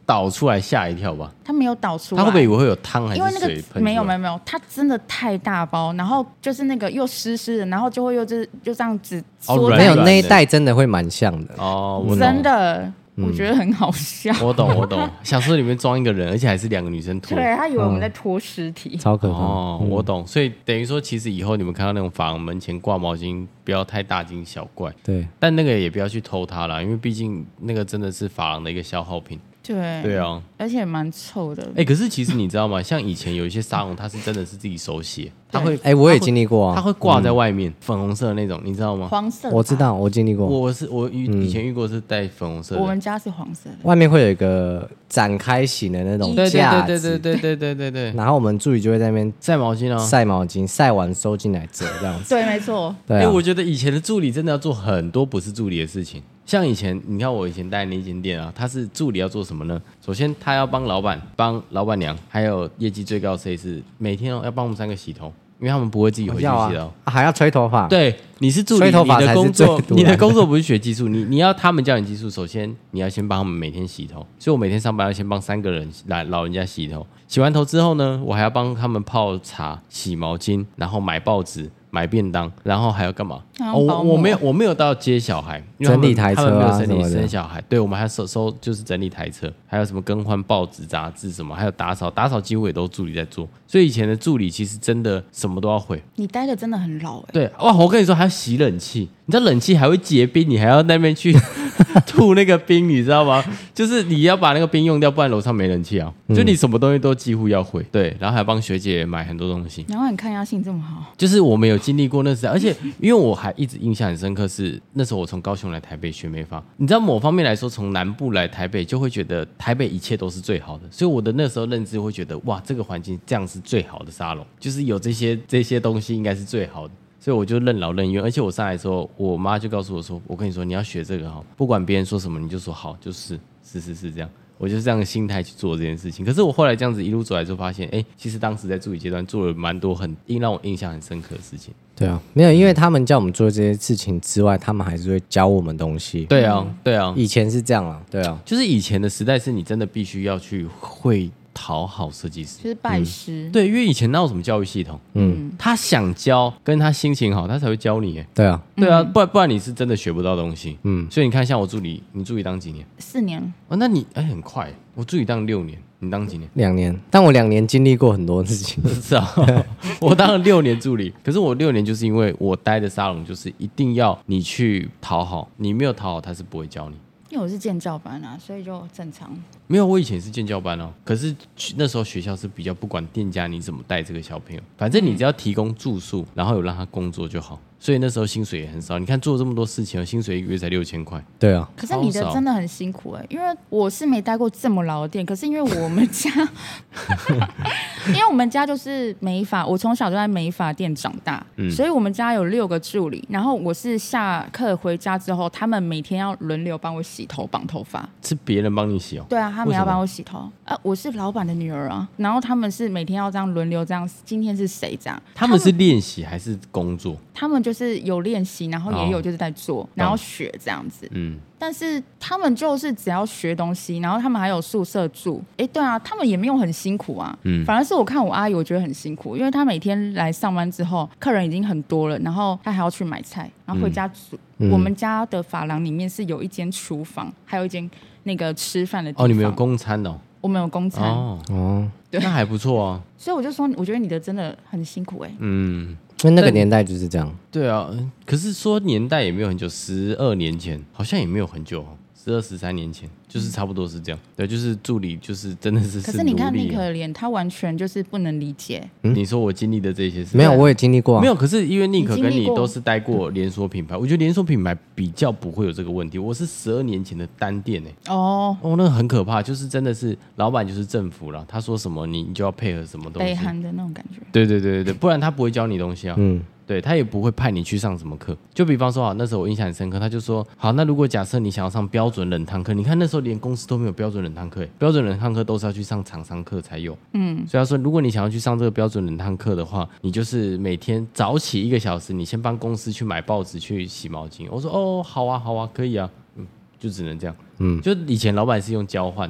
倒出来吓一跳吧？ 它没有倒出来， 他会不会以为会有汤还因为那是水喷出来？ 个没有，它真的太大包，然后就是那个又湿湿的，然后就会就这样子缩软在软的没有那一袋真的会蛮像的。 哦，我懂真的，我觉得很好笑。 我懂，想说里面装一个人，而且还是2个女生拖。 对，他以为我们在拖尸体。 超可怕。 哦，我懂，所以等于说，其实以后你们看到那种发廊门前挂毛巾，不要太大惊小怪， 对， 但那个也不要去偷它啦，因为毕竟那个真的是发廊的一个消耗品。 对对啊， 而且蛮臭的。 可是其实你知道吗？像以前有一些沙龙，它是真的是自己手写，它会， 我也经历过啊， 它会挂在外面，粉红色的那种，你知道吗？ 黄色， 我知道，我经历过。 我以前遇过是带粉红色的， 我们家是黄色的。 外面会有一个展开型的那种对架对子， 对， 然后我们助理就会在那边晒毛巾啊， 晒毛巾，晒完收进来折这样子。 对，没错。 对啊， 我觉得以前的助理真的要做很多不是助理的事情。像以前，你看我以前带那间店啊，他是助理要做什么呢？首先他要帮老板、帮老板娘，还有业绩最高的设计师，每天要帮我们3个洗头，因为他们不会自己回去洗要头。 还要吹头发。 对，你是助理， 吹头发才是最毒你的工作不是学技术，你要他们教你技术，首先你要先帮他们每天洗头。所以我每天上班要先帮3个人老人家洗头，洗完头之后呢，我还要帮他们泡茶、洗毛巾，然后买报纸。买便当，然后还要干嘛？我没有到接小孩，因为整理台车啊他们没有整理什么的生小孩。对，我们还收就是整理台车，还有什么更换报纸、杂志什么，还有打扫几乎也都助理在做。所以以前的助理其实真的什么都要会。 你待的真的很老对，哇！我跟你说，还要洗冷气，你知道冷气还会结冰，你还要那边去吐那个冰，你知道吗？就是你要把那个冰用掉，不然楼上没冷气啊。就你什么东西都几乎要会。对，然后还要帮学姐买很多东西。 然后你抗压性这么好， 就是我们有经历过那时代，而且因为我还一直印象很深刻是那时候我从高雄来台北学美发，你知道某方面来说，从南部来台北就会觉得台北一切都是最好的，所以我的那时候认知会觉得哇，这个环境这样是最好的沙龙，就是有这些东西应该是最好的。所以我就任劳任怨，而且我上来的时候，我妈就告诉我说：“我跟你说，你要学这个哈，不管别人说什么，你就说好，就是这样。”我就是这样的心态去做这件事情。可是我后来这样子一路走来之后，发现，其实当时在助理阶段做了蛮多让我印象很深刻的事情。 对啊，没有，因为他们叫我们做这些事情之外，他们还是会教我们东西。 对啊，对啊， 以前是这样啊，对啊， 就是以前的时代是你真的必须要去会讨好设计师， 就是拜师。 对，因为以前哪有什么教育系统？他想教，跟他心情好，他才会教你。 对啊， 对啊，不然你是真的学不到东西。所以你看，像我助理，你助理当几年 ？4年。 哦，那你很快。我助理当6年，你当几年 ？2年，但我2年经历过很多事情。 是啊，我当了6年助理，可是我6年就是因为我待的沙龙就是一定要你去讨好，你没有讨好，他是不会教你。 因为我是建教班啊，所以就正常。 没有，我以前是建教班哦，可是那时候学校是比较不管店家你怎么带这个小朋友，反正你只要提供住宿，然后有让他工作就好。所以那时候薪水也很少，你看做了这么多事情，薪水1个月才6000块。 对啊， 可是你的真的很辛苦因为我是没待过这么老的店，可是因为我们家，因为我们家就是美发，我从小就在美发店长大，所以我们家有6个助理，然后我是下课回家之后，他们每天要轮流帮我洗头、绑头发。 是别人帮你洗哦？ 对啊，他们要帮我洗头。我是老板的女儿啊，然后他们是每天要这样轮流这样，今天是谁这样？ 他们是练习还是工作？ 他们就是有练习，然后也有就是在做，然后学这样子。但是他们就是只要学东西，然后他们还有宿舍住。对啊，他们也没有很辛苦啊。反而是我看我阿姨，我觉得很辛苦，因为她每天来上班之后，客人已经很多了，然后她还要去买菜，然后回家煮。我们家的发廊里面是有一间厨房，还有一间那个吃饭的地方。 你们有公餐哦？ 我们有公餐哦， 对， 那还不错啊。 所以我就说，我觉得你的真的很辛苦因为那个年代就是这样。 对啊，可是说年代也没有很久，12年前好像也没有很久，12、13年前就是差不多是这样。对，就是助理就是真的是。 可是你看那可怜，他完全就是不能理解。 你说我经历的这些事， 没有，我也经历过。 没有，可是因为尼克跟你都是待过连锁品牌，我觉得连锁品牌比较不会有这个问题。我是12年前的单店那个很可怕，就是真的是老板就是政府了，他说什么你就要配合什么东西。 北韩的那种感觉。 对，不然他不会教你东西啊。对，他也不会派你去上什么课。就比方说那时候我印象很深刻，他就说好，那如果假设你想要上标准冷烫课，你看那时候连公司都没有标准冷烫课，标准冷烫课都是要去上厂商课才有。所以他说，如果你想要去上这个标准冷烫课的话，你就是每天早起1个小时，你先帮公司去买报纸、去洗毛巾。我说好啊，可以啊，就只能这样。就以前老板是用交换的。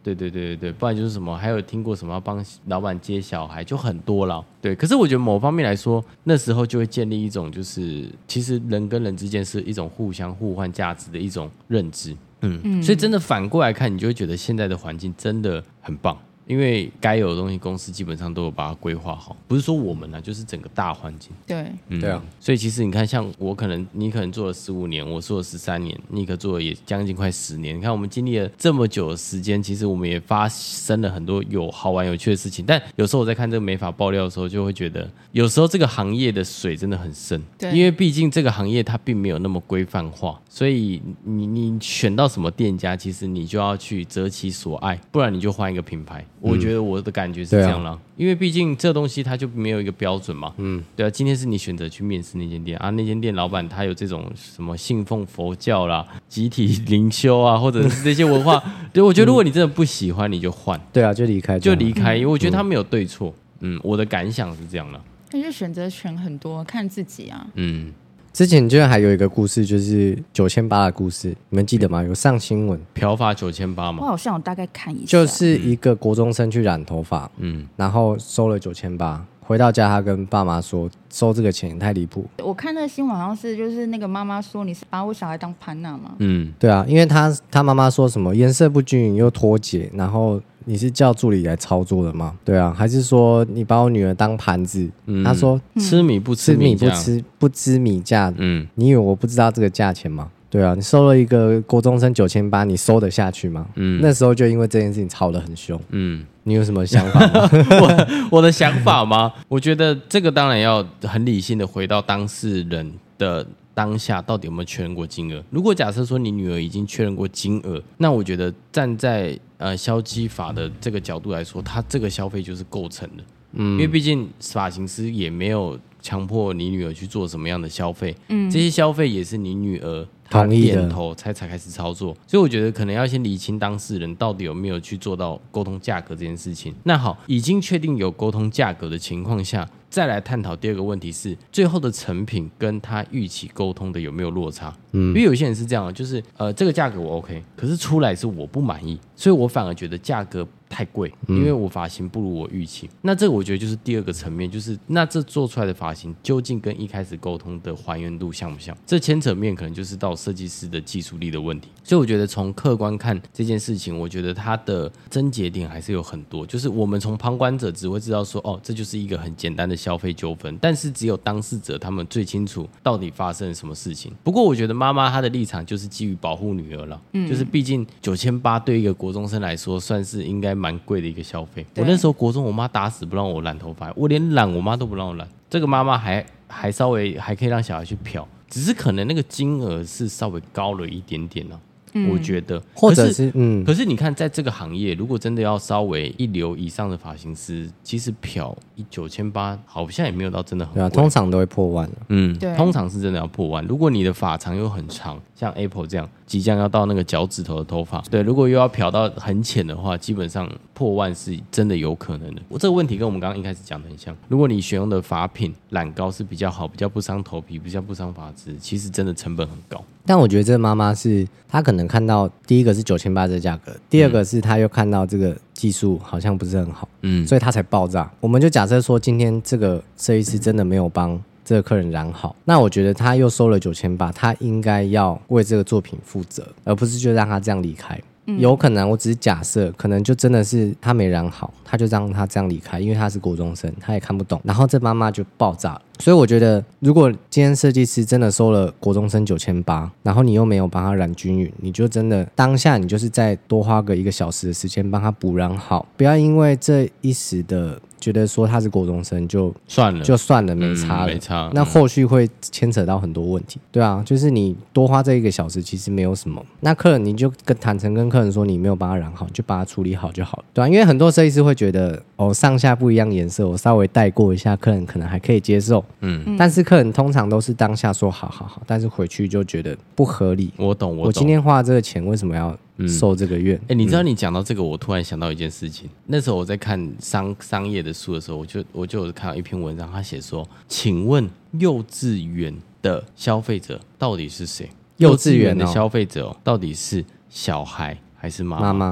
对，不然就是什么，还有听过什么要帮老板接小孩，就很多了。对，可是我觉得某方面来说，那时候就会建立一种，就是其实人跟人之间是一种互相互换价值的一种认知。所以真的反过来看，你就会觉得现在的环境真的很棒。因为该有的东西，公司基本上都有把它规划好，不是说我们就是整个大环境。 对， 对啊。 所以其实你看，像你可能做了15年，我做了13年，你可做了也将近快10年。你看我们经历了这么久的时间，其实我们也发生了很多好玩有趣的事情。但有时候我在看这个美发爆料的时候，就会觉得，有时候这个行业的水真的很深，因为毕竟这个行业它并没有那么规范化，所以你选到什么店家，其实你就要去择其所爱，不然你就换一个品牌。我觉得我的感觉是这样啦，因为毕竟这东西它就没有一个标准嘛。对啊，今天是你选择去面试那间店啊，那间店老板他有这种什么信奉佛教啦、集体灵修啊，或者是这些文化，对，我觉得如果你真的不喜欢，你就换。 对啊，就离开， 因为我觉得他没有对错。我的感想是这样啦。 那就选择权很多，看自己啊。 之前就还有一个故事，就是9800的故事，你们记得吗？有上新闻， 嫖发9800吗？ 我好像有大概看一下， 就是一个国中生去染头发，然后收了9800，回到家他跟爸妈说，收这个钱太离谱。 我看那个新闻好像是就是那个妈妈说，你是把我小孩当潘娜吗？ 对啊，因为他妈妈说什么颜色不均匀又脱节，然后你是叫助理来操作的吗？对啊，还是说你把我女儿当盘子？他说吃米不吃米价， 不知米价。你以为我不知道这个价钱吗？对啊，你收了一个国中生9800，你收得下去吗？那时候就因为这件事情吵得很凶。你有什么想法吗？ 我的想法吗？我觉得这个当然要很理性的回到当事人的当下到底有没有确认过金额。如果假设说你女儿已经确认过金额，那我觉得站在消基法的这个角度来说，她这个消费就是构成的。因为毕竟发型师也没有强迫你女儿去做什么样的消费，这些消费也是你女儿她点头才开始操作，所以我觉得可能要先理清当事人到底有没有去做到沟通价格这件事情。那好，已经确定有沟通价格的情况下，再来探讨第二个问题是最后的成品跟他预期沟通的有没有落差。因为有些人是这样，就是这个价格我 OK， 可是出来是我不满意，所以我反而觉得价格太贵，因为我发型不如我预期。那这个我觉得就是第二个层面，就是那这做出来的发型究竟跟一开始沟通的还原度像不像？这牵扯面可能就是到设计师的技术力的问题。所以我觉得从客观看这件事情，我觉得它的症结点还是有很多，就是我们从旁观者只会知道说，哦，这就是一个很简单的消费纠纷，但是只有当事者他们最清楚到底发生了什么事情。不过我觉得妈妈她的立场就是基于保护女儿了，就是毕竟9800对一个国中生来说算是应该蛮贵的一个消费。我那时候国中，我妈打死不让我染头发，我连染我妈都不让我染。这个妈妈还稍微还可以让小孩去漂，只是可能那个金额是稍微高了一点点啊。我觉得， 或者是可是你看，在这个行业，如果真的要稍微一流以上的发型师，其实漂9800好像也没有到真的很贵， 对啊，通常都会破万了。 对， 通常是真的要破万。如果你的发长又很长，像 Apple 这样即将要到那个脚趾头的头发，对，如果又要漂到很浅的话，基本上破万是真的有可能的。我这个问题跟我们刚刚一开始讲的很像，如果你选用的发品染膏是比较好，比较不伤头皮，比较不伤发质，其实真的成本很高。 但我觉得这个妈妈是她可能看到第一个是9800这个价格，第二个是她又看到这个技术好像不是很好，所以她才爆炸。我们就假设说今天这个设计师真的没有帮这个客人染好，那我觉得他又收了9800，他应该要为这个作品负责，而不是就让他这样离开。有可能我只是假设，可能就真的是他没染好，他就让他这样离开，因为他是国中生，他也看不懂，然后这妈妈就爆炸了。所以我觉得如果今天设计师真的收了国中生9800，然后你又没有帮他染均匀，你就真的当下你就是再多花个1个小时的时间帮他补染好，不要因为这一时的觉得说他是国中生就算了没差了， 没差， 那后续会牵扯到很多问题。对啊，就是你多花这1个小时其实没有什么，那客人你就坦诚跟客人说你没有帮他染好，你就把它处理好就好了。对啊，因为很多设计师会觉得上下不一样颜色，我稍微带过一下，客人可能还可以接受。但是客人通常都是当下说好，但是回去就觉得不合理。 我懂。 我今天花这个钱为什么要受这个怨？ 你知道你讲到这个，我突然想到一件事情。那时候我在看商业的书的时候，我就有看到一篇文章，他写说，请问幼稚园的消费者到底是谁？幼稚园的消费者到底是小孩还是妈妈？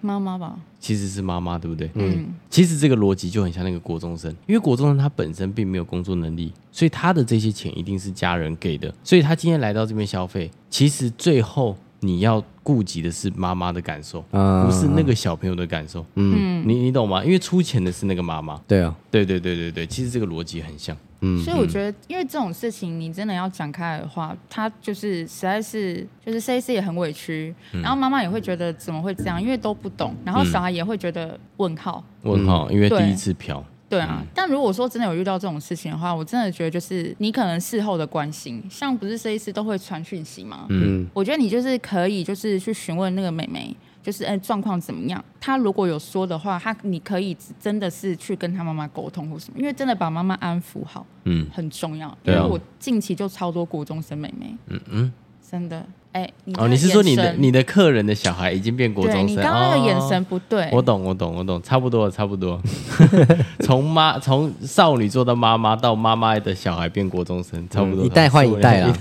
妈妈吧， 其实是妈妈，对不对？其实这个逻辑就很像那个国中生，因为国中生他本身并没有工作能力，所以他的这些钱一定是家人给的，所以他今天来到这边消费，其实最后你要顾及的是妈妈的感受，不是那个小朋友的感受。你懂吗？因为出钱的是那个妈妈。 对啊， 对，其实这个逻辑很像。 所以我觉得，因为这种事情你真的要讲开来的话，他就是实在是就是 C 也很委屈，然后妈妈也会觉得怎么会这样，因为都不懂，然后小孩也会觉得问号， 因为第一次嫖。 对啊，但如果说真的有遇到这种事情的话，我真的觉得就是你可能事后的关心，像不是设计师都会传讯息吗？我觉得你就是可以就是去询问那个妹妹，就是状况怎么样。她如果有说的话，你可以真的是去跟她妈妈沟通或什么，因为真的把妈妈安抚好，很重要。因为我近期就超多国中生妹妹，真的。 你是说你的客人的小孩已经变国中生？ 对，你刚刚那个眼神不对。 我懂，差不多。从少女做到妈妈，到妈妈的小孩变国中生，差不多。 一代换一代啦。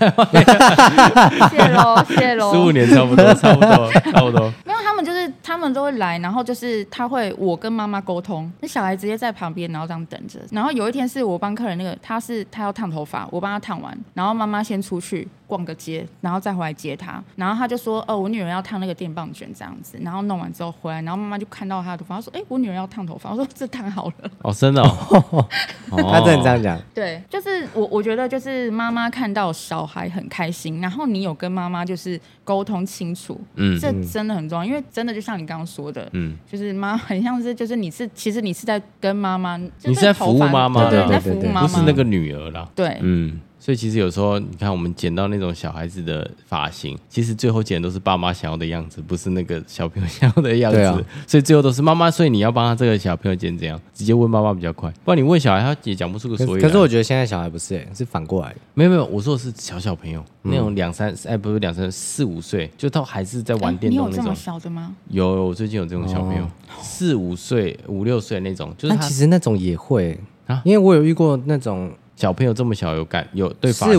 谢喽。 15年差不多。 没有，他们都会来，然后就是我跟妈妈沟通，那小孩直接在旁边，然后这样等着。然后有一天是我帮客人他要烫头发，我帮他烫完，然后妈妈先出去逛个街，然后再回来接他。然后他就说我女儿要烫那个电棒卷这样子，然后弄完之后回来，然后妈妈就看到他的头发，他说我女儿要烫头发，我说这烫好了。 真的他真的这样讲。 对，就是我觉得就是妈妈看到小孩很开心，然后你有跟妈妈就是沟通清楚，这真的很重要，因为真的就像你刚刚说的，就是很像是就是其实你是在跟妈妈， 你是在服务妈妈， 对，在服务妈妈， 不是那个女儿啦。 对， 所以其实有时候你看我们剪到那种小孩子的发型，其实最后剪的都是爸妈想要的样子，不是那个小朋友想要的样子。所以最后都是妈妈，所以你要帮他这个小朋友剪怎样，直接问妈妈比较快，不然你问小孩他也讲不出个所以然。 可是我觉得现在小孩不是是反过来。 没有，我说的是小朋友，那种不是4、5岁，就到还是在玩电动那种。 你有这么小的吗？ 有，我最近有这种小朋友，4、5岁、5、6岁那种，就是但其实那种也会因为我有遇过那种。 小朋友这么小有对发型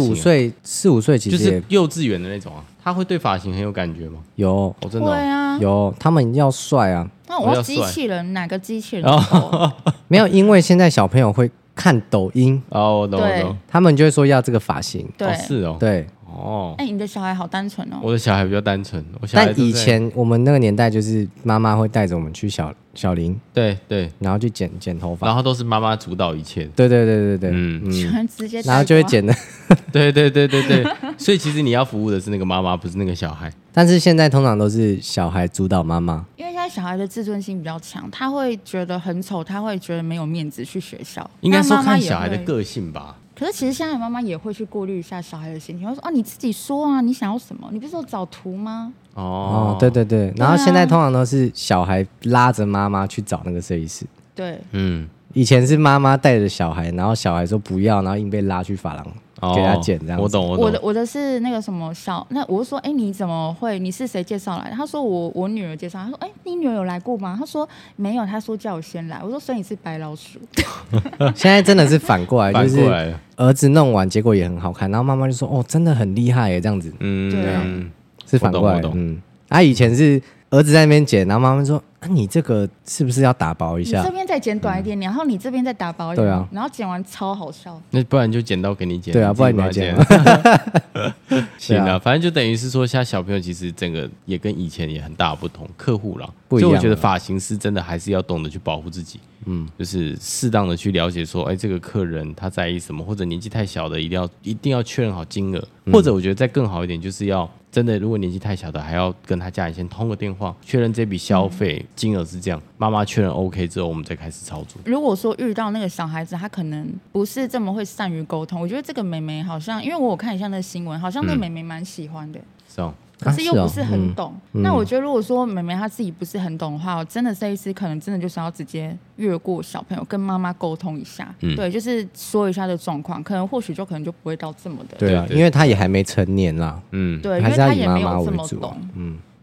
4、5岁其实就是幼稚园的那种他会对发型很有感觉吗？ 有， 真的会啊， 有，他们要帅啊。 那我要机器人，哪个机器人？ 没有，因为现在小朋友会看抖音我懂， 他们就会说要这个发型。 对， 是哦， 对。 你的小孩好单纯哦。 我的小孩比较单纯，但以前我们那个年代就是妈妈会带着我们去小林， 对， 然后去剪头发， 然后都是妈妈主导一切。 对， 直接然后就会剪的。 对，所以其实你要服务的是那个妈妈，不是那个小孩。 但是现在通常都是小孩主导妈妈， 因为现在小孩的自尊心比较强，他会觉得很丑，他会觉得没有面子去学校。 应该说看小孩的个性吧。 可是其实现在妈妈也会去顾虑一下小孩的心情，会说你自己说啊，你想要什么？你不是有找图吗？ 对，然后现在通常都是小孩拉着妈妈去找那个设计师。 对， 以前是妈妈带着小孩，然后小孩说不要，然后硬被拉去发廊给他剪这样子。 我懂。 我的是那个什么那我就说你怎么会？你是谁介绍来的？他说我女儿介绍。他说你女儿有来过吗？他说没有，他说叫我先来。我说所以你是白老鼠。 现在真的是反过来，就是儿子弄完结果也很好看，然后妈妈就说真的很厉害耶这样子。 对啊， 是反过来的。以前是儿子在那边剪，然后妈妈说你这个是不是要打薄一下？ 你这边再剪短一点，然后你这边再打薄一点。对啊，然后剪完超好笑。 那不然就剪刀给你剪。 对啊，不然你来剪。 行了，反正就等于是说，现在小朋友其实整个也跟以前也很大不同，客户啦不一样。 所以我觉得发型师真的还是要懂得去保护自己。就是适当的去了解说，这个客人他在意什么，或者年纪太小的一定要确认好金额，或者我觉得再更好一点，就是要真的如果年纪太小的，还要跟他家人先通个电话，确认这笔消费金额是这样，妈妈确认 OK 之后，我们再开始操作。 如果说遇到那个小孩子，他可能不是这么会善于沟通，我觉得这个妹妹好像，因为我有看一下那个新闻，好像那个妹妹蛮喜欢的。 是哦。 可是又不是很懂。那我觉得如果说妹妹她自己不是很懂的话，真的设计师可能真的就是要直接越过小朋友，跟妈妈沟通一下，对，就是说一下的状况，或许可能就不会到这么的。 对啊，因为他也还没成年啦。 对，因为他也没有这么懂。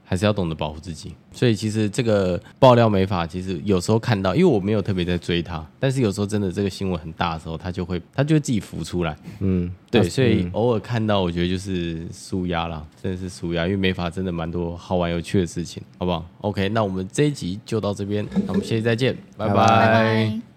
还是要懂得保护自己。所以其实这个爆料美发，其实有时候看到，因为我没有特别在追它，但是有时候真的这个新闻很大的时候，它就会自己浮出来。对，所以偶尔看到，我觉得就是舒压啦，真的是舒压，因为美发真的蛮多好玩有趣的事情，好不好 ？OK， 那我们这一集就到这边，那我们下期再见，拜拜拜拜。